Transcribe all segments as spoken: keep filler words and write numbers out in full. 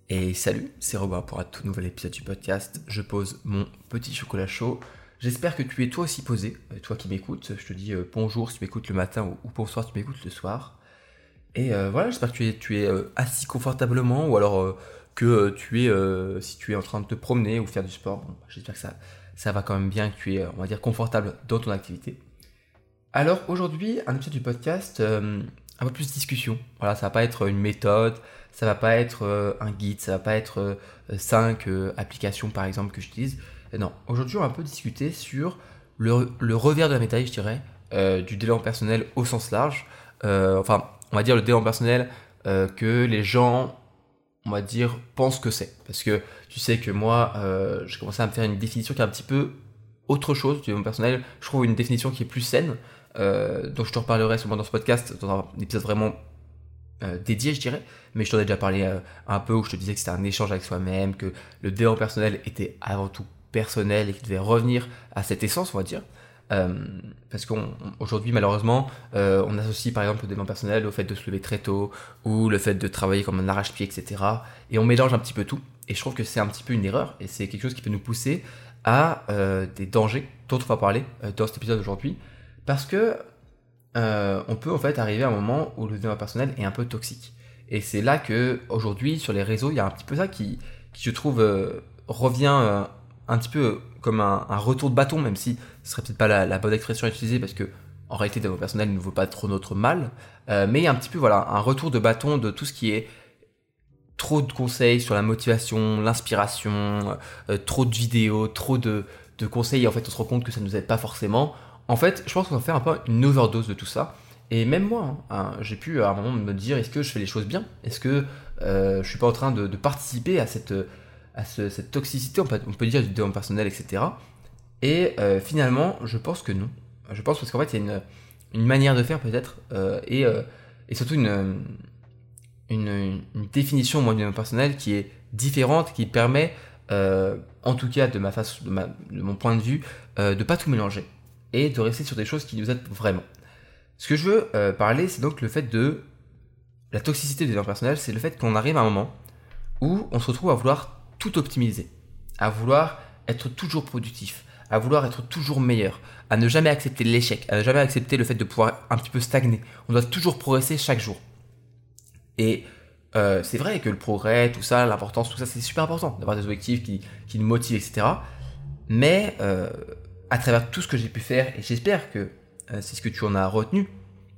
Et salut, c'est Robin pour un tout nouvel épisode du podcast. Je pose mon petit chocolat chaud. J'espère que tu es toi aussi posé, toi qui m'écoutes. Je te dis euh, bonjour si tu m'écoutes le matin ou, ou bonsoir si tu m'écoutes le soir. Et euh, voilà, j'espère que tu es, tu es euh, assis confortablement ou alors euh, que euh, tu es, euh, si tu es en train de te promener ou faire du sport. Bon, j'espère que ça, ça va quand même bien, que tu es, on va dire, confortable dans ton activité. Alors aujourd'hui, un épisode du podcast, euh, un peu plus de discussion. Voilà, ça va pas être une méthode, ça va pas être euh, un guide, ça va pas être euh, cinq euh, applications par exemple que j'utilise. Euh, Non, aujourd'hui on va un peu discuter sur le, le revers de la médaille, je dirais, euh, du développement personnel au sens large. Euh, enfin, on va dire le développement personnel euh, que les gens, on va dire, pensent que c'est. Parce que tu sais que moi, euh, j'ai commencé à me faire une définition qui est un petit peu autre chose du développement personnel. Je trouve une définition qui est plus saine. Euh, dont je te reparlerai sûrement dans ce podcast, dans un épisode vraiment euh, dédié, je dirais. Mais je t'en ai déjà parlé euh, un peu où je te disais que c'était un échange avec soi-même, que le développement personnel était avant tout personnel et qu'il devait revenir à cette essence, on va dire. Euh, parce qu'aujourd'hui, malheureusement, euh, on associe par exemple le développement personnel au fait de se lever très tôt ou le fait de travailler comme un arrache-pied, et cetera. Et on mélange un petit peu tout. Et je trouve que c'est un petit peu une erreur et c'est quelque chose qui peut nous pousser à euh, des dangers dont on va parler euh, dans cet épisode aujourd'hui. Parce que euh, on peut en fait arriver à un moment où le développement personnel est un peu toxique. Et c'est là que aujourd'hui sur les réseaux, il y a un petit peu ça qui, qui je trouve euh, revient euh, un petit peu comme un, un retour de bâton, même si ce serait peut-être pas la, la bonne expression à utiliser parce que en réalité le développement personnel ne vaut pas trop notre mal. Euh, mais il y a un petit peu voilà un retour de bâton de tout ce qui est trop de conseils sur la motivation, l'inspiration, euh, trop de vidéos, trop de, de conseils, et en fait on se rend compte que ça ne nous aide pas forcément. En fait, je pense qu'on va faire un peu une overdose de tout ça. Et même moi, hein, hein, j'ai pu à un moment me dire, est-ce que je fais les choses bien? Est-ce que euh, je suis pas en train de, de participer à cette, à ce- cette toxicité, on peut, on peut dire, du développement personnel, et cetera. Et euh, finalement, je pense que non. Je pense parce qu'en fait, il y a une, une manière de faire peut-être, euh, et, euh, et surtout une, une, une définition moi, du développement personnel qui est différente, qui permet, euh, en tout cas de, ma face, de, ma, de mon point de vue, euh, de pas tout mélanger et de rester sur des choses qui nous aident vraiment. Ce que je veux euh, parler, c'est donc le fait de la toxicité du développement personnel, c'est le fait qu'on arrive à un moment où on se retrouve à vouloir tout optimiser, à vouloir être toujours productif, à vouloir être toujours meilleur, à ne jamais accepter l'échec, à ne jamais accepter le fait de pouvoir un petit peu stagner. On doit toujours progresser chaque jour. Et euh, c'est vrai que le progrès, tout ça, l'importance, tout ça, c'est super important d'avoir des objectifs qui, qui nous motivent, et cetera. Mais euh, à travers tout ce que j'ai pu faire, et j'espère que euh, c'est ce que tu en as retenu,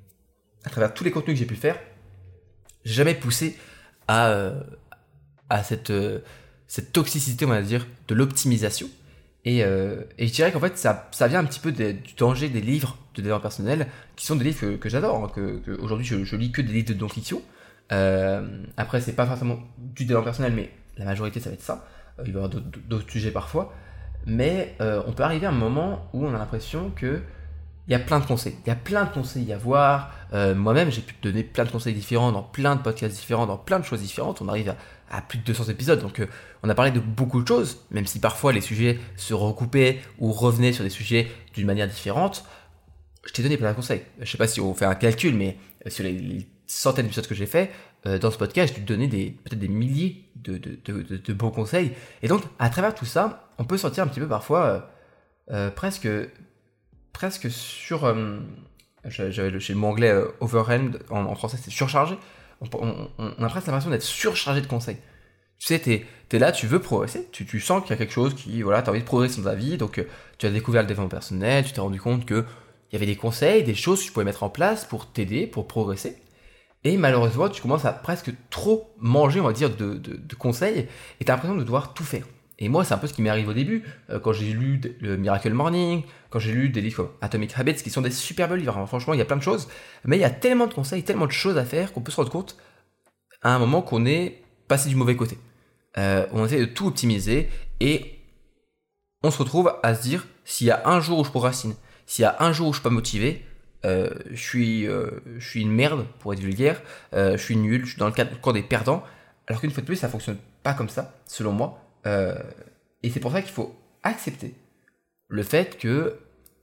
à travers tous les contenus que j'ai pu faire, j'ai jamais poussé à, euh, à cette, euh, cette toxicité, on va dire, de l'optimisation. Et, euh, et je dirais qu'en fait, ça, ça vient un petit peu de- du danger des livres de développement personnel, qui sont des livres que, que j'adore. Hein, que, que aujourd'hui, je, je lis que des livres de non-fiction. Euh, après, c'est pas forcément du développement personnel, mais la majorité, ça va être ça. Euh, il va y avoir d'autres, d'autres sujets parfois. Mais euh, on peut arriver à un moment où on a l'impression que il y a plein de conseils. Il y a plein de conseils à voir. Euh, moi-même, j'ai pu te donner plein de conseils différents dans plein de podcasts différents, dans plein de choses différentes. On arrive à, à plus de deux cents épisodes. Donc, euh, on a parlé de beaucoup de choses, même si parfois les sujets se recoupaient ou revenaient sur des sujets d'une manière différente. Je t'ai donné plein de conseils. Je sais pas si on fait un calcul, mais euh, sur les, les centaines d'épisodes que j'ai fait, euh, dans ce podcast, j'ai dû te donner des, peut-être des milliers de, de, de, de, de bons conseils. Et donc, à travers tout ça, on peut sentir un petit peu parfois euh, euh, presque presque sur. Euh, j'avais le, chez le mot anglais euh, overwhelmed, en, en français c'est surchargé. On, on, on a presque l'impression d'être surchargé de conseils. Tu sais, t'es es là, tu veux progresser, tu, tu sens qu'il y a quelque chose qui, voilà, t'as envie de progresser dans ta vie, donc euh, tu as découvert le développement personnel, tu t'es rendu compte que il y avait des conseils, des choses que tu pouvais mettre en place pour t'aider, pour progresser. Et malheureusement, tu commences à presque trop manger, on va dire, de, de, de conseils, et tu as l'impression de devoir tout faire. Et moi, c'est un peu ce qui m'est arrivé au début, euh, quand j'ai lu le Miracle Morning, quand j'ai lu des livres comme Atomic Habits, qui sont des super bons livres. Hein. Franchement, il y a plein de choses, mais il y a tellement de conseils, tellement de choses à faire qu'on peut se rendre compte à un moment qu'on est passé du mauvais côté. Euh, on essaie de tout optimiser et on se retrouve à se dire, s'il y a un jour où je procrastine, s'il y a un jour où je suis pas motivé, euh, je, suis, euh, je suis une merde, pour être vulgaire, euh, je suis nul, je suis dans le camp des perdants, alors qu'une fois de plus, ça fonctionne pas comme ça, selon moi. Euh, et c'est pour ça qu'il faut accepter le fait que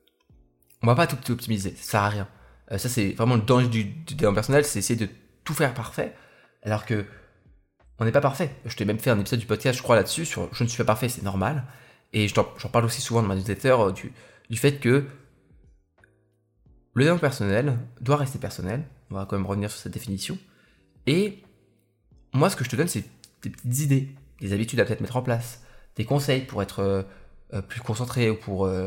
on va pas tout optimiser, ça sert à rien. Euh, ça, c'est vraiment le danger du, du développement personnel, c'est essayer de tout faire parfait, alors que on n'est pas parfait. Je t'ai même fait un épisode du podcast, je crois, là-dessus, sur je ne suis pas parfait, c'est normal. Et j'en parle aussi souvent dans ma newsletter euh, du, du fait que le développement personnel doit rester personnel. On va quand même revenir sur cette définition. Et moi, ce que je te donne, c'est des petites idées, des habitudes à peut-être mettre en place, des conseils pour être euh, euh, plus concentré ou pour, euh,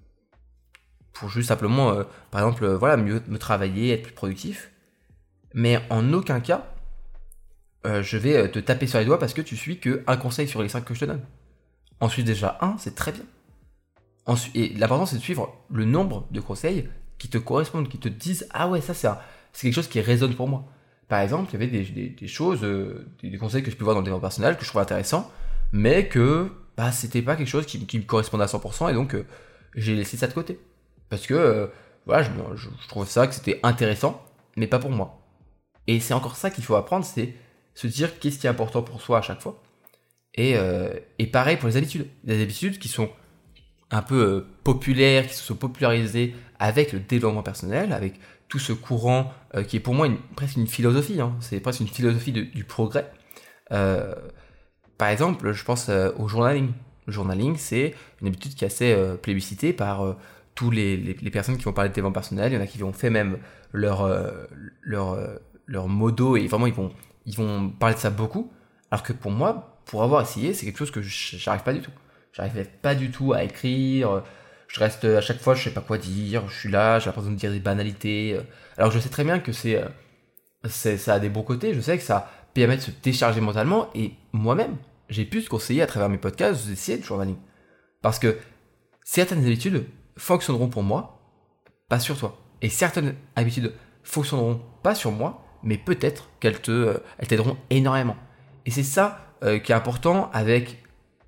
pour juste simplement, euh, par exemple, euh, voilà, mieux me travailler, être plus productif. Mais en aucun cas, euh, je vais euh, te taper sur les doigts parce que tu suis qu'un conseil sur les cinq que je te donne. Ensuite, déjà, un, c'est très bien. Ensuite, et l'important, c'est de suivre le nombre de conseils qui te correspondent, qui te disent « Ah ouais, ça, c'est, un, c'est quelque chose qui résonne pour moi. » Par exemple, il y avait des, des, des choses, euh, des, des conseils que je peux voir dans le développement personnel que je trouvais intéressants, mais que bah, c'était pas quelque chose qui, qui me correspondait à cent pour cent, et donc euh, j'ai laissé ça de côté. Parce que euh, voilà, je, je, je trouvais ça que c'était intéressant, mais pas pour moi. Et c'est encore ça qu'il faut apprendre, c'est se dire qu'est-ce qui est important pour soi à chaque fois. Et, euh, et pareil pour les habitudes. Des habitudes qui sont un peu euh, populaires, qui se sont popularisées avec le développement personnel, avec tout ce courant euh, qui est pour moi une, presque une philosophie, hein. C'est presque une philosophie de, du progrès. Euh, par exemple, je pense euh, au journaling. Le journaling, c'est une habitude qui est assez euh, plébiscitée par euh, tous les, les, les personnes qui vont parler de développement personnel. Il y en a qui ont fait même leur, euh, leur, euh, leur modo et vraiment ils vont, ils vont parler de ça beaucoup. Alors que pour moi, pour avoir essayé, c'est quelque chose que j'arrive pas du tout. J'arrivais pas du tout à écrire. Je reste à chaque fois, je sais pas quoi dire. Je suis là, j'ai l'impression de dire des banalités. Alors je sais très bien que c'est, c'est, ça a des bons côtés. Je sais que ça permet de se décharger mentalement. Et moi-même, j'ai pu te conseiller à travers mes podcasts d'essayer le journaling. Parce que certaines habitudes fonctionneront pour moi, pas sur toi. Et certaines habitudes fonctionneront pas sur moi, mais peut-être qu'elles te, elles t'aideront énormément. Et c'est ça euh, qui est important avec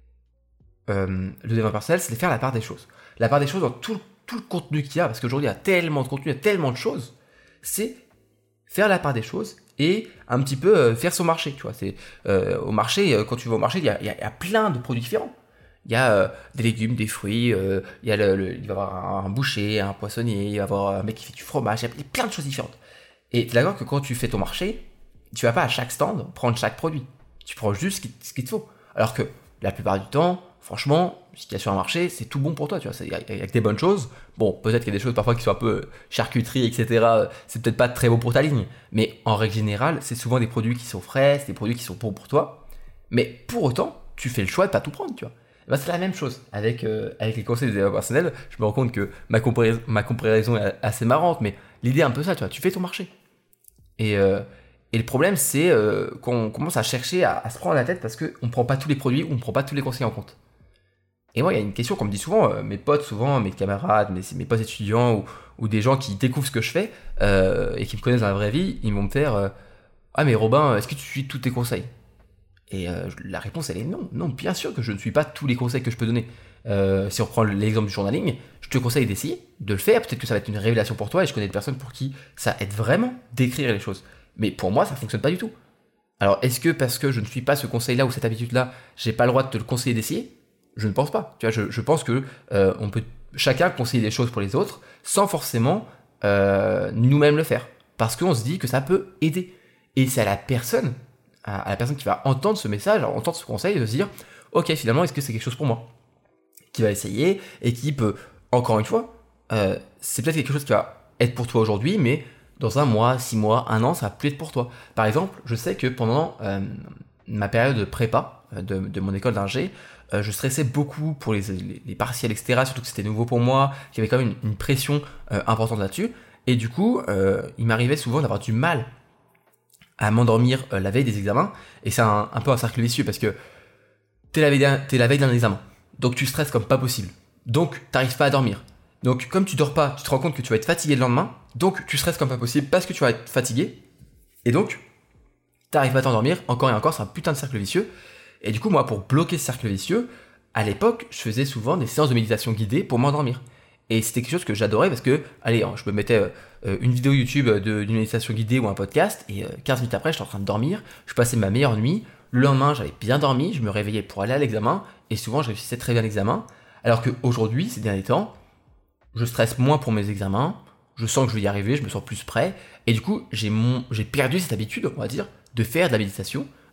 euh, le développement personnel, c'est de faire la part des choses. La part des choses dans tout, tout le contenu qu'il y a, parce qu'aujourd'hui il y a tellement de contenu, il y a tellement de choses, c'est faire la part des choses et un petit peu euh, faire son marché. Tu vois, c'est, euh, au marché, euh, quand tu vas au marché, il y a, il y a, il y a plein de produits différents. Il y a euh, des légumes, des fruits, euh, il, y a le, le, il va y avoir un boucher, un poissonnier, il va y avoir un mec qui fait du fromage, il y a plein de choses différentes. Et tu es d'accord que quand tu fais ton marché, tu vas pas à chaque stand prendre chaque produit. Tu prends juste ce, qui, ce qu'il te faut. Alors que la plupart du temps, franchement, ce qu'il y a sur un marché, c'est tout bon pour toi. Tu vois, il y, a, il y a que des bonnes choses. Bon, peut-être qu'il y a des choses parfois qui sont un peu charcuterie, et cetera. C'est peut-être pas très beau pour ta ligne. Mais en règle générale, c'est souvent des produits qui sont frais, c'est des produits qui sont bons pour toi. Mais pour autant, tu fais le choix de pas tout prendre, tu vois. Ben, c'est la même chose avec, euh, avec les conseils de développement personnel. Je me rends compte que ma comparaison, ma comparaison est assez marrante, mais l'idée est un peu ça, tu vois. Tu fais ton marché. Et, euh, et le problème, c'est euh, qu'on commence à chercher à, à se prendre la tête parce qu'on ne prend pas tous les produits ou on ne prend pas tous les conseils en compte. Et moi, il y a une question qu'on me dit souvent, euh, mes potes, souvent, mes camarades, mes, mes potes étudiants ou, ou des gens qui découvrent ce que je fais euh, et qui me connaissent dans la vraie vie, ils vont me faire euh, ah, mais Robin, est-ce que tu suis tous tes conseils ? Et euh, la réponse, elle est non. Non, bien sûr que je ne suis pas tous les conseils que je peux donner. Euh, si on reprend l'exemple du journaling, je te conseille d'essayer, de le faire. Peut-être que ça va être une révélation pour toi et je connais des personnes pour qui ça aide vraiment d'écrire les choses. Mais pour moi, ça ne fonctionne pas du tout. Alors, est-ce que parce que je ne suis pas ce conseil-là ou cette habitude-là, j'ai pas le droit de te le conseiller d'essayer ? Je ne pense pas. Tu vois, je, je pense que euh, on peut chacun conseiller des choses pour les autres sans forcément euh, nous-mêmes le faire. Parce qu'on se dit que ça peut aider. Et c'est à la personne à la personne qui va entendre ce message, entendre ce conseil, de se dire « Ok, finalement, est-ce que c'est quelque chose pour moi ?» Qui va essayer et qui peut, encore une fois, euh, c'est peut-être quelque chose qui va être pour toi aujourd'hui, mais dans un mois, six mois, un an, ça va plus être pour toi. Par exemple, je sais que pendant euh, ma période de prépa de, de mon école d'ingé, euh, je stressais beaucoup pour les, les, les partiels, et cetera. Surtout que c'était nouveau pour moi, qu'il y avait quand même une, une pression euh, importante là-dessus. Et du coup, euh, il m'arrivait souvent d'avoir du mal à m'endormir euh, la veille des examens, et c'est un, un peu un cercle vicieux, parce que t'es la veille d'un, t'es la veille d'un examen, donc tu stresses comme pas possible, donc t'arrives pas à dormir, donc comme tu dors pas, tu te rends compte que tu vas être fatigué le lendemain, donc tu stresses comme pas possible, parce que tu vas être fatigué, et donc t'arrives pas à t'endormir, encore et encore, c'est un putain de cercle vicieux, et du coup moi, pour bloquer ce cercle vicieux, à l'époque, je faisais souvent des séances de méditation guidée pour m'endormir. Et c'était quelque chose que j'adorais parce que, allez, je me mettais euh, une vidéo YouTube de, d'une méditation guidée ou un podcast, et euh, quinze minutes après, j'étais en train de dormir, je passais ma meilleure nuit, le lendemain, j'avais bien dormi, je me réveillais pour aller à l'examen, et souvent, je réussissais très bien à l'examen, alors qu'aujourd'hui, ces derniers temps, je stresse moins pour mes examens, je sens que je vais y arriver, je me sens plus prêt, et du coup, j'ai, mon, j'ai perdu cette habitude, on va dire, de faire de la méditation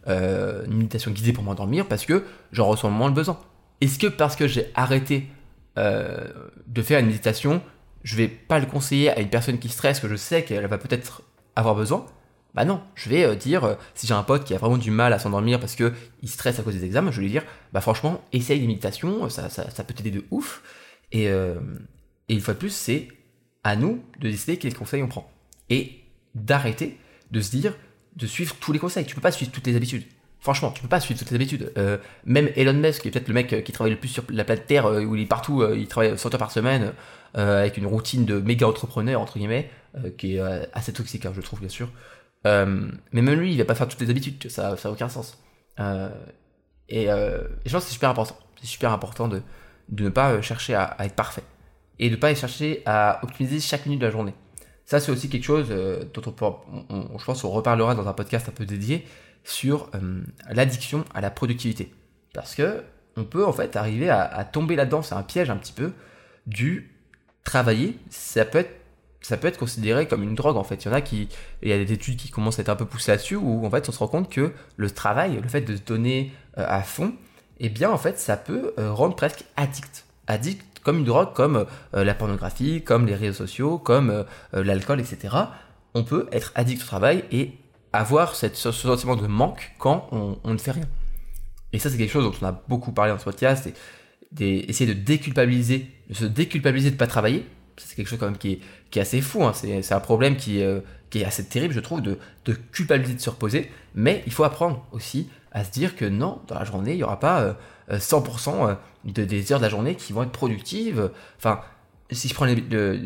euh, une méditation guidée pour m'endormir parce que j'en ressens moins le besoin. Est-ce que parce que j'ai arrêté euh, de faire une méditation, je vais pas le conseiller à une personne qui stresse, que je sais qu'elle va peut-être avoir besoin? Bah non, je vais euh, dire, euh, si j'ai un pote qui a vraiment du mal à s'endormir parce qu'il stresse à cause des examens, je vais lui dire, bah franchement, essaye les méditations, ça, ça, ça peut t'aider de ouf. Et, euh, et une fois de plus, c'est à nous de décider quels conseils on prend. Et d'arrêter de se dire, de suivre tous les conseils. Tu peux pas suivre toutes les habitudes. Franchement, tu peux pas suivre toutes les habitudes. Euh, même Elon Musk, qui est peut-être le mec qui travaille le plus sur la planète Terre, euh, où il est partout, euh, il travaille cent heures par semaine, euh, avec une routine de méga entrepreneur, entre guillemets, euh, qui est euh, assez toxique, hein, je trouve, bien sûr. Euh, mais même lui, il va pas faire toutes les habitudes, ça n'a aucun sens. Euh, et, euh, et je pense que c'est super important. C'est super important de, de ne pas chercher à, à être parfait. Et de ne pas chercher à optimiser chaque minute de la journée. Ça, c'est aussi quelque chose euh, dont on peut, on, on, je pense qu'on reparlera dans un podcast un peu dédié sur euh, l'addiction à la productivité. Parce que on peut en fait arriver à, à tomber là-dedans, c'est un piège un petit peu, du travailler, ça peut être ça peut être considéré comme une drogue en fait. Il y en a qui, il y a des études qui commencent à être un peu poussées là-dessus où en fait on se rend compte que le travail, le fait de se donner euh, à fond, eh bien en fait ça peut euh, rendre presque addict. Addict comme une drogue, comme euh, la pornographie, comme les réseaux sociaux, comme euh, l'alcool, et cetera. On peut être addict au travail et avoir cette, ce sentiment de manque quand on, on ne fait rien. Et ça c'est quelque chose dont on a beaucoup parlé dans ce podcast, et des, essayer de déculpabiliser, de se déculpabiliser de ne pas travailler. C'est quelque chose quand même qui est, qui est assez fou, hein. c'est, c'est un problème qui, euh, qui est assez terrible, je trouve, de, de culpabiliser de se reposer, mais il faut apprendre aussi à se dire que non, dans la journée, il n'y aura pas euh, cent pour cent de, des heures de la journée qui vont être productives. Enfin, si je prends les, le,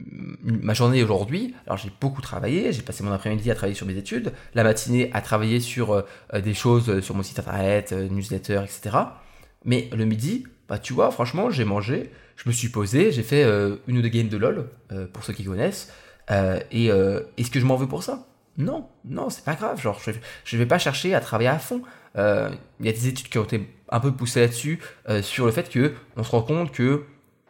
ma journée aujourd'hui, alors j'ai beaucoup travaillé, j'ai passé mon après-midi à travailler sur mes études, la matinée à travailler sur euh, des choses sur mon site internet, euh, newsletter, et cetera. Mais le midi, bah tu vois, franchement, j'ai mangé, je me suis posé, j'ai fait euh, une ou deux games de LoL, euh, pour ceux qui connaissent, euh, et euh, est-ce que je m'en veux pour ça? Non, non, c'est pas grave, genre, je, je vais pas chercher à travailler à fond. Il euh, y a des études qui ont été un peu poussées là-dessus, euh, sur le fait que on se rend compte que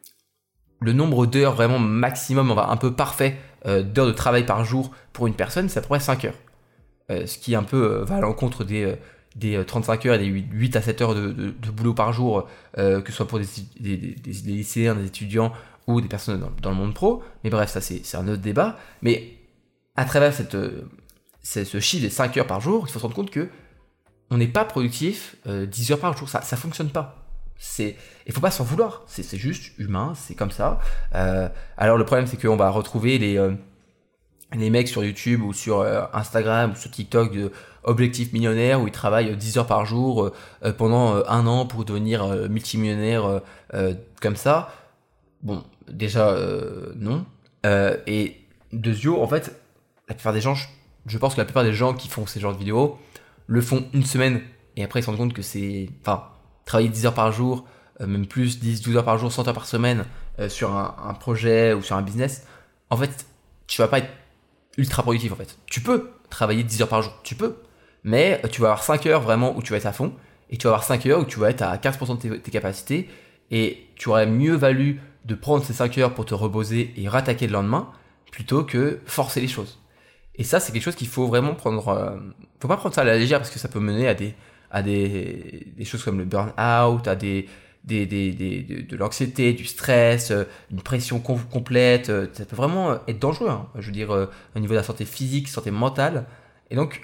le nombre d'heures vraiment maximum, on va un peu parfait, euh, d'heures de travail par jour pour une personne, c'est à peu près cinq heures. Euh, ce qui un peu euh, va à l'encontre des... Euh, des trente-cinq heures et des huit à sept heures de, de, de boulot par jour, euh, que ce soit pour des, des, des, des lycéens, des étudiants ou des personnes dans, dans le monde pro. Mais bref, ça c'est, c'est un autre débat. Mais à travers cette, cette, ce chiffre des cinq heures par jour, il faut se rendre compte que on n'est pas productif euh, dix heures par jour. Ça ne fonctionne pas. Il ne faut pas s'en vouloir. C'est, c'est juste humain, c'est comme ça. Euh, alors le problème, c'est qu'on va retrouver les... Euh, les mecs sur YouTube ou sur euh, Instagram ou sur TikTok de Objectif Millionnaire où ils travaillent dix heures par jour euh, pendant euh, un an pour devenir euh, multimillionnaire euh, euh, comme ça. Bon, déjà, euh, non. Euh, et deuxièmement, en fait, la plupart des gens, je, je pense que la plupart des gens qui font ces genres de vidéos le font une semaine et après ils se rendent compte que c'est... Enfin, travailler dix heures par jour, euh, même plus, dix douze heures par jour, cent heures par semaine euh, sur un, un projet ou sur un business, en fait, tu vas pas être ultra productif en fait. Tu peux travailler dix heures par jour, tu peux, mais tu vas avoir cinq heures vraiment où tu vas être à fond, et tu vas avoir cinq heures où tu vas être à quinze pour cent de tes, tes capacités, et tu aurais mieux valu de prendre ces cinq heures pour te reposer et rattaquer le lendemain, plutôt que forcer les choses. Et ça, c'est quelque chose qu'il faut vraiment prendre... Euh, faut pas prendre ça à la légère, parce que ça peut mener à des, à des, des choses comme le burn-out, à des... Des, des, des, de, de l'anxiété, du stress, euh, une pression com- complète, euh, ça peut vraiment être dangereux, hein, je veux dire, euh, au niveau de la santé physique, santé mentale. Et donc,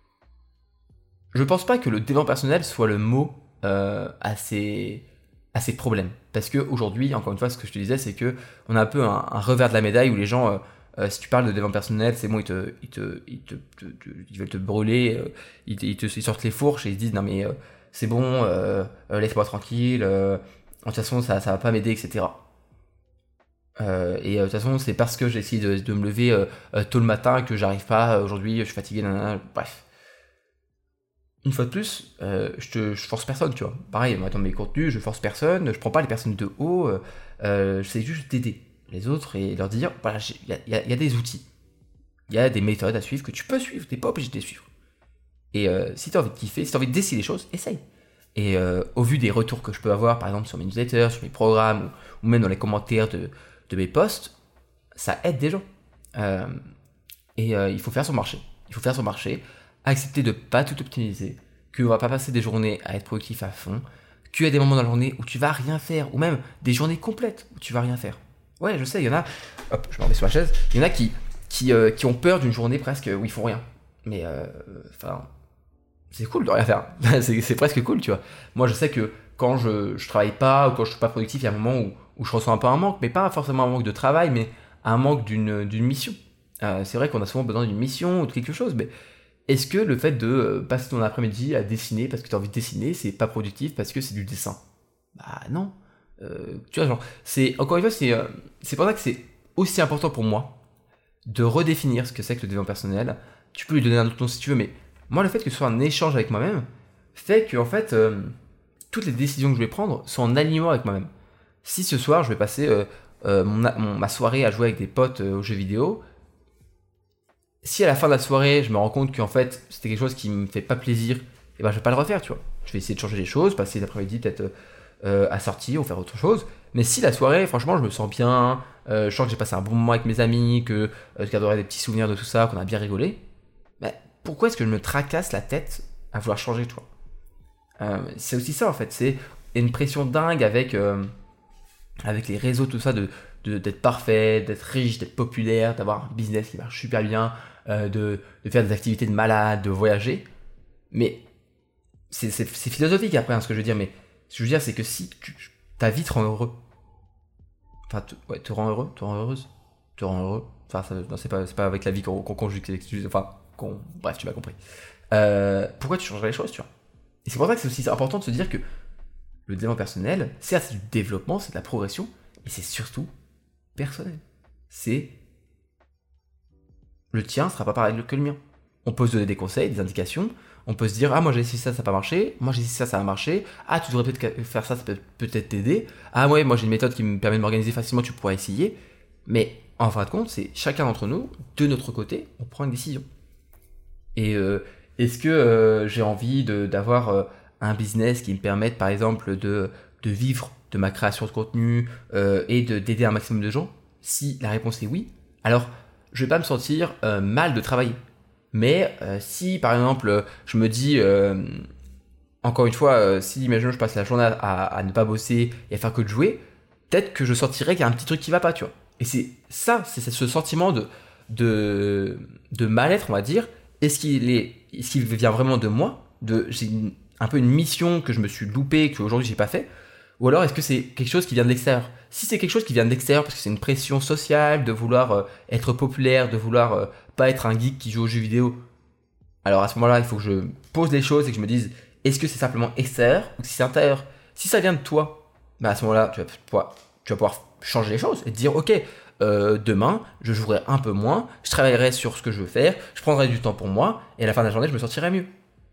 je pense pas que le développement personnel soit le mot euh, à, ces, à ces problèmes. Parce qu'aujourd'hui, encore une fois, ce que je te disais, c'est que on a un peu un, un revers de la médaille où les gens, euh, euh, si tu parles de développement personnel, c'est bon, ils, te, ils, te, ils, te, te, te, ils veulent te brûler, euh, ils, te, ils, te, ils sortent les fourches et ils se disent, non mais... Euh, c'est bon, euh, euh, laisse-moi tranquille, euh, de toute façon ça, ça va pas m'aider, et cetera. Euh, et euh, de toute façon c'est parce que j'ai essayé de, de me lever euh, euh, tôt le matin que j'arrive pas, euh, aujourd'hui je suis fatigué, nanana, bref. Une fois de plus, euh, je, te, je force personne, tu vois. Pareil, moi dans mes contenus, je force personne, je prends pas les personnes de haut, euh, euh, j'essaie juste d'aider les autres et leur dire, voilà, il y, y, y a des outils, il y a des méthodes à suivre que tu peux suivre, t'es pas obligé de les suivre. Et euh, si tu as envie de kiffer, si tu as envie de décider les choses, essaye. Et euh, au vu des retours que je peux avoir, par exemple sur mes newsletters, sur mes programmes, ou, ou même dans les commentaires de, de mes posts, ça aide des gens. Euh, et euh, il faut faire son marché. Il faut faire son marché, accepter de pas tout optimiser, qu'on va pas passer des journées à être productif à fond, qu'il y a des moments dans la journée où tu vas rien faire, ou même des journées complètes où tu vas rien faire. Ouais, je sais, il y en a, hop, je me remets sur la chaise, il y en a qui, qui, euh, qui ont peur d'une journée presque où ils font rien. Mais, enfin, euh, c'est cool de rien faire. c'est, c'est presque cool, tu vois. Moi, je sais que quand je, je travaille pas ou quand je suis pas productif, il y a un moment où, où je ressens un peu un manque, mais pas forcément un manque de travail, mais un manque d'une, d'une mission. Euh, c'est vrai qu'on a souvent besoin d'une mission ou de quelque chose, mais est-ce que le fait de passer ton après-midi à dessiner parce que tu as envie de dessiner, c'est pas productif parce que c'est du dessin? Bah non. Euh, tu vois, genre, c'est, encore une fois, c'est, euh, c'est pour ça que c'est aussi important pour moi de redéfinir ce que c'est que le développement personnel. Tu peux lui donner un autre nom si tu veux, mais moi, le fait que ce soit un échange avec moi-même fait que, en fait, euh, toutes les décisions que je vais prendre sont en alignement avec moi-même. Si ce soir, je vais passer euh, euh, mon, mon, ma soirée à jouer avec des potes euh, aux jeux vidéo, si à la fin de la soirée, je me rends compte qu'en fait, c'était quelque chose qui me fait pas plaisir, et ben je vais pas le refaire, tu vois. Je vais essayer de changer les choses, passer l'après-midi peut-être euh, à sortir ou faire autre chose. Mais si la soirée, franchement, je me sens bien, euh, je sens que j'ai passé un bon moment avec mes amis, que euh, je garderai des petits souvenirs de tout ça, qu'on a bien rigolé, ben, pourquoi est-ce que je me tracasse la tête à vouloir changer, tu vois? euh, C'est aussi ça, en fait. C'est une pression dingue avec, euh, avec les réseaux, tout ça, de, de, d'être parfait, d'être riche, d'être populaire, d'avoir un business qui marche super bien, euh, de, de faire des activités de malade, de voyager. Mais c'est, c'est, c'est philosophique après, hein, ce que je veux dire. Mais ce que je veux dire, c'est que si tu, ta vie te rend heureux, enfin, te, ouais, te rend heureux, te rend heureuse, te rend heureux. Enfin, ça, non, c'est pas, c'est pas avec la vie qu'on, qu'on conjugue ces excuses. Enfin, qu'on, bref, tu m'as compris. Euh, pourquoi tu changerais les choses, tu vois? Et c'est pour ça que c'est aussi important de se dire que le développement personnel, certes, c'est du développement, c'est de la progression, mais c'est surtout personnel. C'est le tien sera pas pareil que le mien. On peut se donner des conseils, des indications. On peut se dire, ah, moi j'ai essayé ça, ça n'a pas marché. Moi j'ai essayé ça, ça a marché. Ah, tu devrais peut-être faire ça, ça peut peut-être t'aider. Ah, ouais, moi j'ai une méthode qui me permet de m'organiser facilement, tu pourras essayer. Mais en fin de compte, c'est chacun d'entre nous, de notre côté, on prend une décision. Et euh, est-ce que euh, j'ai envie de, d'avoir euh, un business qui me permette, par exemple, de, de vivre de ma création de contenu euh, et de, d'aider un maximum de gens? Si la réponse est oui, alors je vais pas me sentir euh, mal de travailler. Mais euh, si, par exemple, je me dis, euh, encore une fois, euh, si, imaginons, je passe la journée à, à, à ne pas bosser et à faire que de jouer, peut-être que je sentirais qu'il y a un petit truc qui va pas, tu vois. Et c'est ça, c'est ce sentiment de, de, de mal-être, on va dire. Est-ce qu'il est, est-ce qu'il vient vraiment de moi, de, j'ai une, un peu une mission que je me suis loupée, qu'aujourd'hui j'ai pas fait, ou alors est-ce que c'est quelque chose qui vient de l'extérieur? Si c'est quelque chose qui vient de l'extérieur parce que c'est une pression sociale, de vouloir euh, être populaire, de vouloir euh, pas être un geek qui joue aux jeux vidéo, alors à ce moment-là, il faut que je pose les choses et que je me dise, est-ce que c'est simplement extérieur ou si c'est intérieur? Si ça vient de toi, bah à ce moment-là, tu vas pouvoir, tu vas pouvoir changer les choses et te dire, ok, euh, demain, je jouerai un peu moins, je travaillerai sur ce que je veux faire, je prendrai du temps pour moi et à la fin de la journée, je me sentirai mieux.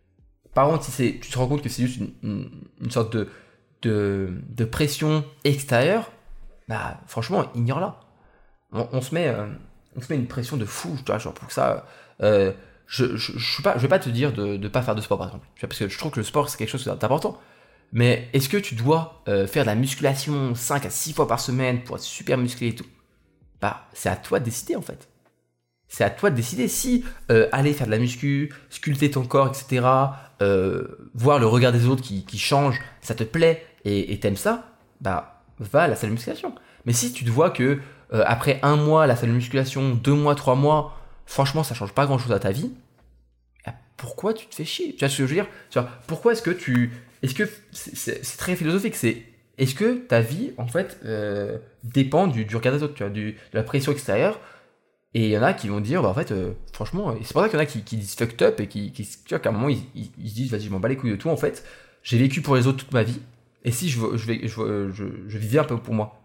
Par contre, si c'est, tu te rends compte que c'est juste une, une, une sorte de, de, de pression extérieure, bah franchement, ignore-la. On, on se met, euh, on se met une pression de fou, tu vois, genre pour que ça. Euh, je, je, je suis pas, je vais pas te dire de ne pas faire de sport par exemple, tu vois, parce que je trouve que le sport c'est quelque chose d'important. Mais est-ce que tu dois euh, faire de la musculation cinq à six fois par semaine pour être super musclé et tout? Bah, c'est à toi de décider en fait. C'est à toi de décider si euh, aller faire de la muscu, sculpter ton corps, et cetera, euh, voir le regard des autres qui, qui change, ça te plaît et, et t'aimes ça, bah va à la salle de musculation. Mais si tu te vois que euh, après un mois, la salle de musculation, deux mois, trois mois, franchement ça change pas grand chose à ta vie, bah, pourquoi tu te fais chier? Tu vois ce que je veux dire? Tu vois, pourquoi est-ce que tu... Est-ce que... C'est, c'est, c'est très philosophique, c'est... Est-ce que ta vie, en fait, euh, dépend du, du regard des autres, tu vois, du, de la pression extérieure? Et il y en a qui vont dire, bah en fait, euh, franchement, et c'est pour ça qu'il y en a qui, qui disent fucked up et qui, qui tu vois, qu'à un moment, ils, ils, ils se disent, vas-y, je m'en bats les couilles de tout, en fait, j'ai vécu pour les autres toute ma vie, et si je, je, vais, je, je, je vivais un peu pour moi.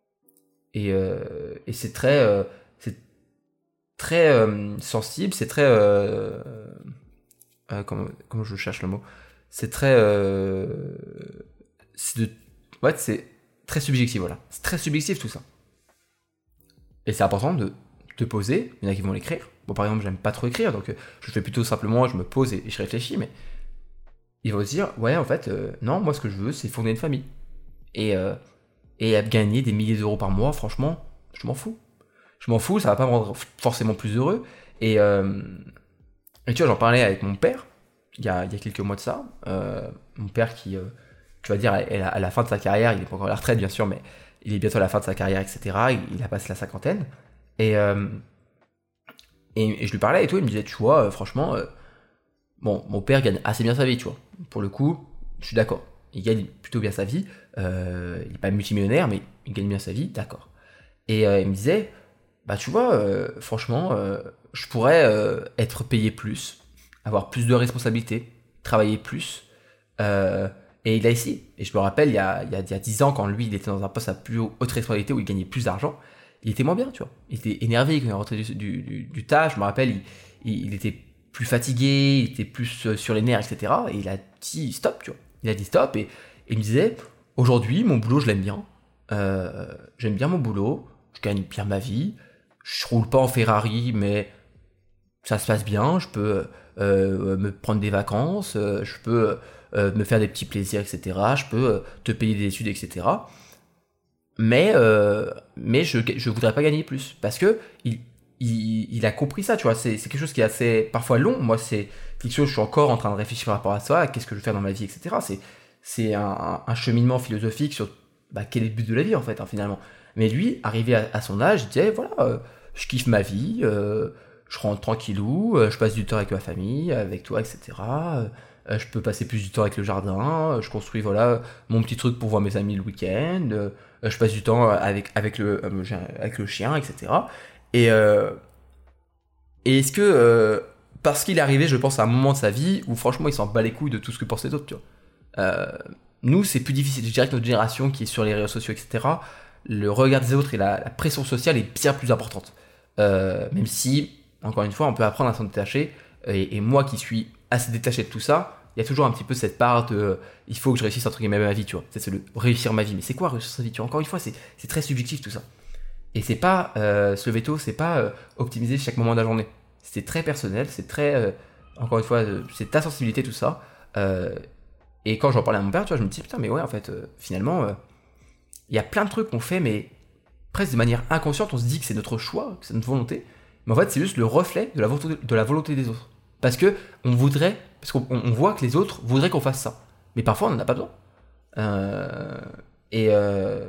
Et, euh, et c'est très, euh, c'est très euh, sensible, c'est très, euh, euh, comment, comment je cherche le mot, c'est très, euh, c'est de, ouais, c'est très subjectif, voilà, c'est très subjectif tout ça. Et c'est important de te poser, il y en a qui vont l'écrire. Bon, par exemple, j'aime pas trop écrire, donc euh, je fais plutôt simplement, je me pose et, et je réfléchis, mais ils vont se dire, ouais, en fait, euh, non, moi, ce que je veux, c'est fonder une famille. Et, euh, et gagner des milliers d'euros par mois, franchement, je m'en fous. Je m'en fous, ça va pas me rendre forcément plus heureux. Et, euh, et tu vois, j'en parlais avec mon père, il y a, il y a quelques mois de ça. Euh, mon père qui, euh, tu vas dire, à, à la fin de sa carrière, il est pas encore à la retraite bien sûr, mais il est bientôt à la fin de sa carrière, et cetera. Il, il a passé la cinquantaine. Et, euh, et, et je lui parlais et tout, il me disait, tu vois, euh, franchement, euh, bon, mon père gagne assez bien sa vie, tu vois. Pour le coup, je suis d'accord. Il gagne plutôt bien sa vie. Euh, il n'est pas multimillionnaire, mais il gagne bien sa vie, d'accord. Et euh, il me disait, bah tu vois, euh, franchement, euh, je pourrais euh, être payé plus, avoir plus de responsabilités, travailler plus. Euh, et il a essayé. Et je me rappelle, il y a, il y a, il y a dix ans, quand lui, il était dans un poste à plus haute responsabilité, où il gagnait plus d'argent, il était moins bien, tu vois. Il était énervé quand il est rentré du, du, du, du taf. Je me rappelle, il, il, il était plus fatigué, il était plus euh, sur les nerfs, et cetera. Et il a dit stop, tu vois. Il a dit stop et, et il me disait, aujourd'hui, mon boulot, je l'aime bien. Euh, j'aime bien mon boulot, je gagne bien ma vie, je roule pas en Ferrari, mais ça se passe bien, je peux euh, me prendre des vacances, euh, je peux euh, me faire des petits plaisirs, et cetera. Je peux euh, te payer des études, et cetera. Mais, euh, mais je ne voudrais pas gagner plus, parce que il, il, il a compris ça, tu vois, c'est, c'est quelque chose qui est assez parfois long. Moi, c'est quelque chose, je suis encore en train de réfléchir par rapport à ça, à qu'est-ce que je veux faire dans ma vie, et cetera. C'est, c'est un, un cheminement philosophique sur bah, quel est le but de la vie, en fait, hein, finalement. Mais lui, arrivé à, à son âge, il disait, voilà, euh, je kiffe ma vie, euh, je rentre tranquillou, euh, je passe du temps avec ma famille, avec toi, et cetera. Euh, je peux passer plus du temps avec le jardin, euh, je construis, voilà, mon petit truc pour voir mes amis le week-end, euh, je passe du temps avec, avec, le, euh, avec le chien, et cetera. Et, euh, et est-ce que, euh, parce qu'il est arrivé, je pense, à un moment de sa vie où franchement il s'en bat les couilles de tout ce que pensent les autres, tu vois. Euh, nous, c'est plus difficile. Je dirais que notre génération qui est sur les réseaux sociaux, et cetera, le regard des autres et la, la pression sociale est bien plus importante. Euh, même si, encore une fois, on peut apprendre à s'en détacher. Et, et moi qui suis assez détaché de tout ça, il y a toujours un petit peu cette part de euh, il faut que je réussisse entre guillemets ma vie, tu vois. C'est le réussir ma vie. Mais c'est quoi réussir sa vie, tu vois. Encore une fois, c'est, c'est très subjectif tout ça. Et c'est pas euh, se lever tôt, c'est pas euh, optimiser chaque moment de la journée. C'est très personnel, c'est très euh, encore une fois, euh, c'est ta sensibilité tout ça. Euh, et quand j'en parlais à mon père, tu vois, je me dis putain, mais ouais, en fait, euh, finalement, il euh, y a plein de trucs qu'on fait, mais presque de manière inconsciente, on se dit que c'est notre choix, que c'est notre volonté. Mais en fait, c'est juste le reflet de la volonté, de la volonté des autres. Parce que on voudrait, parce qu'on on voit que les autres voudraient qu'on fasse ça. Mais parfois, on n'en a pas besoin. Euh, et, euh,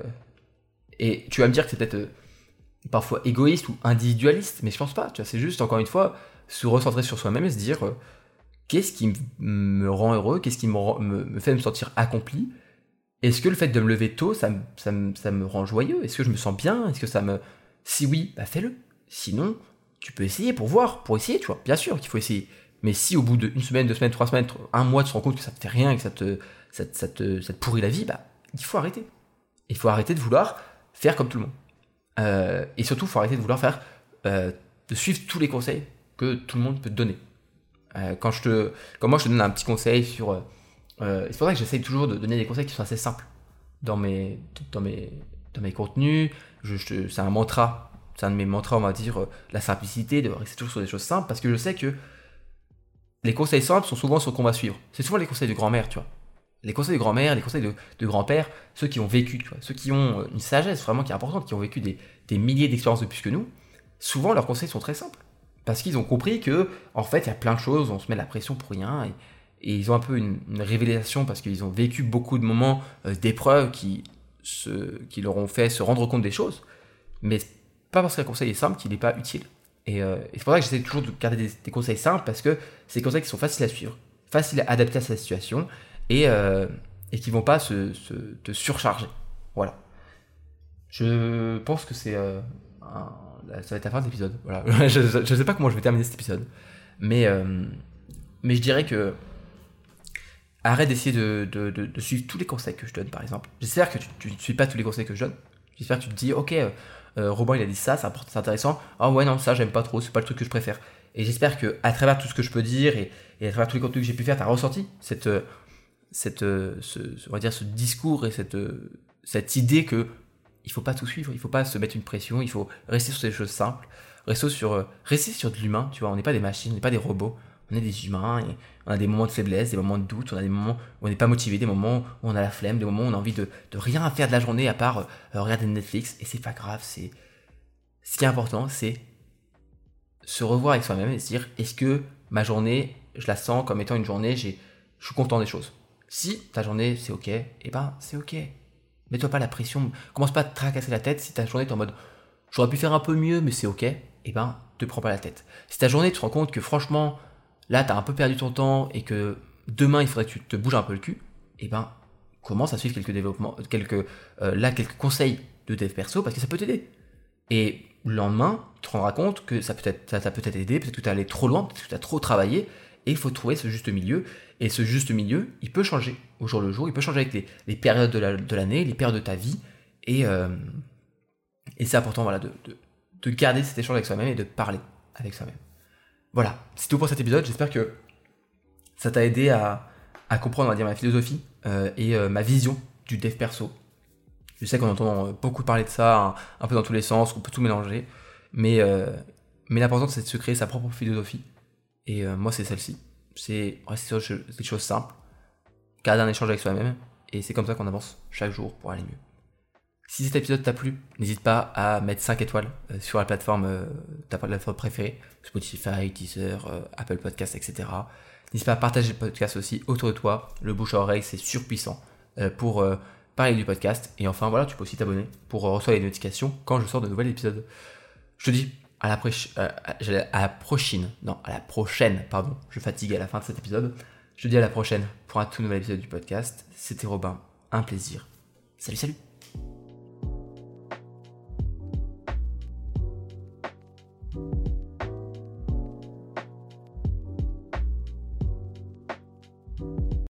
et tu vas me dire que c'est peut-être euh, parfois égoïste ou individualiste, mais je pense pas. Tu vois, c'est juste, encore une fois, se recentrer sur soi-même et se dire euh, qu'est-ce qui me rend heureux, qu'est-ce qui me, rend, me, me fait me sentir accompli. Est-ce que le fait de me lever tôt, ça me, ça me, ça me rend joyeux? Est-ce que je me sens bien? Est-ce que ça me... Si oui, bah fais-le. Sinon, tu peux essayer pour voir, pour essayer, tu vois. Bien sûr qu'il faut essayer. Mais si au bout d'une semaine, deux semaines, trois semaines, un mois, tu te rends compte que ça te fait rien et que ça te, ça, ça te, ça te pourrit la vie, bah il faut arrêter. Il faut arrêter de vouloir faire comme tout le monde. Euh, et surtout, il faut arrêter de vouloir faire, euh, de suivre tous les conseils que tout le monde peut te donner. Euh, quand, je te, quand moi je te donne un petit conseil sur... Euh, euh, c'est pour ça que j'essaye toujours de donner des conseils qui sont assez simples dans mes, dans mes, dans mes contenus. Je, je, c'est un mantra, c'est un de mes mantras, on va dire, euh, la simplicité, de rester toujours sur des choses simples, parce que je sais que les conseils simples sont souvent ceux qu'on va suivre. C'est souvent les conseils de grand-mère, tu vois. Les conseils de grand-mère, les conseils de, de grand-père, ceux qui ont vécu, tu vois, ceux qui ont une sagesse vraiment qui est importante, qui ont vécu des, des milliers d'expériences de plus que nous, souvent leurs conseils sont très simples. Parce qu'ils ont compris que, en fait, il y a plein de choses, on se met la pression pour rien, et, et ils ont un peu une, une révélation parce qu'ils ont vécu beaucoup de moments euh, d'épreuves qui, se, qui leur ont fait se rendre compte des choses, mais pas parce qu'un conseil est simple qu'il n'est pas utile. Et, euh, et c'est pour ça que j'essaie toujours de garder des, des conseils simples, parce que c'est des conseils qui sont faciles à suivre, faciles à adapter à sa situation, et, euh, et qui ne vont pas se, se, te surcharger. Voilà. Je pense que c'est... Euh, un, ça va être la fin de l'épisode. Voilà. je ne sais pas comment je vais terminer cet épisode. Mais, euh, mais je dirais que... Arrête d'essayer de, de, de, de suivre tous les conseils que je donne, par exemple. J'espère que tu ne suis pas tous les conseils que je donne. J'espère que tu te dis, ok, euh, Robin il a dit ça, c'est intéressant. Ah ouais, non, ça j'aime pas trop, c'est pas le truc que je préfère. Et j'espère que à travers tout ce que je peux dire et, et à travers tous les contenus que j'ai pu faire, tu as ressenti cette, cette, ce, on va dire, ce discours et cette, cette idée que il faut pas tout suivre, il faut pas se mettre une pression, il faut rester sur des choses simples, rester sur, rester sur de l'humain, tu vois. On n'est pas des machines, on n'est pas des robots. On est des humains et on a des moments de faiblesse, des moments de doute, on a des moments où on n'est pas motivé, des moments où on a la flemme, des moments où on a envie de, de rien faire de la journée à part euh, regarder Netflix. Et c'est pas grave, c'est... Ce qui est important, c'est se revoir avec soi-même et se dire, est-ce que ma journée je la sens comme étant une journée, j'ai, je suis content des choses. Si ta journée c'est ok, et eh ben c'est ok. Mets-toi pas la pression, commence pas à te tracasser la tête si ta journée t'es en mode j'aurais pu faire un peu mieux mais c'est ok, et eh ben te prends pas la tête. Si ta journée tu te rends compte que franchement là t'as un peu perdu ton temps et que demain il faudrait que tu te bouges un peu le cul, et eh ben commence à suivre quelques développements, quelques, euh, là quelques conseils de dev perso parce que ça peut t'aider. Et le lendemain, tu te rendras compte que ça peut être, ça t'a peut-être aidé, peut-être que tu es allé trop loin, peut-être que tu as trop travaillé, et il faut trouver ce juste milieu. Et ce juste milieu, il peut changer au jour le jour, il peut changer avec les, les périodes de, la, de l'année, les périodes de ta vie, et, euh, et c'est important voilà, de, de, de garder cet échange avec soi-même et de parler avec soi-même. Voilà, c'est tout pour cet épisode, j'espère que ça t'a aidé à, à comprendre on va dire, ma philosophie euh, et euh, ma vision du dev perso. Je sais qu'on entend beaucoup parler de ça, un, un peu dans tous les sens, qu'on peut tout mélanger, mais, euh, mais l'important c'est de se créer sa propre philosophie. Et euh, moi c'est celle-ci. C'est rester sur des choses simples, garder un échange avec soi-même, et c'est comme ça qu'on avance chaque jour pour aller mieux. Si cet épisode t'a plu, n'hésite pas à mettre cinq étoiles euh, sur la plateforme, euh, ta plateforme préférée, Spotify, Deezer, euh, Apple Podcasts, et cetera. N'hésite pas à partager le podcast aussi autour de toi. Le bouche à oreille, c'est surpuissant euh, pour euh, parler du podcast. Et enfin, voilà, tu peux aussi t'abonner pour euh, recevoir les notifications quand je sors de nouveaux épisodes. Je te dis à la, pré- euh, à la prochaine, non, à la prochaine, pardon, je fatigue à la fin de cet épisode. Je te dis à la prochaine pour un tout nouvel épisode du podcast. C'était Robin, un plaisir. Salut, salut!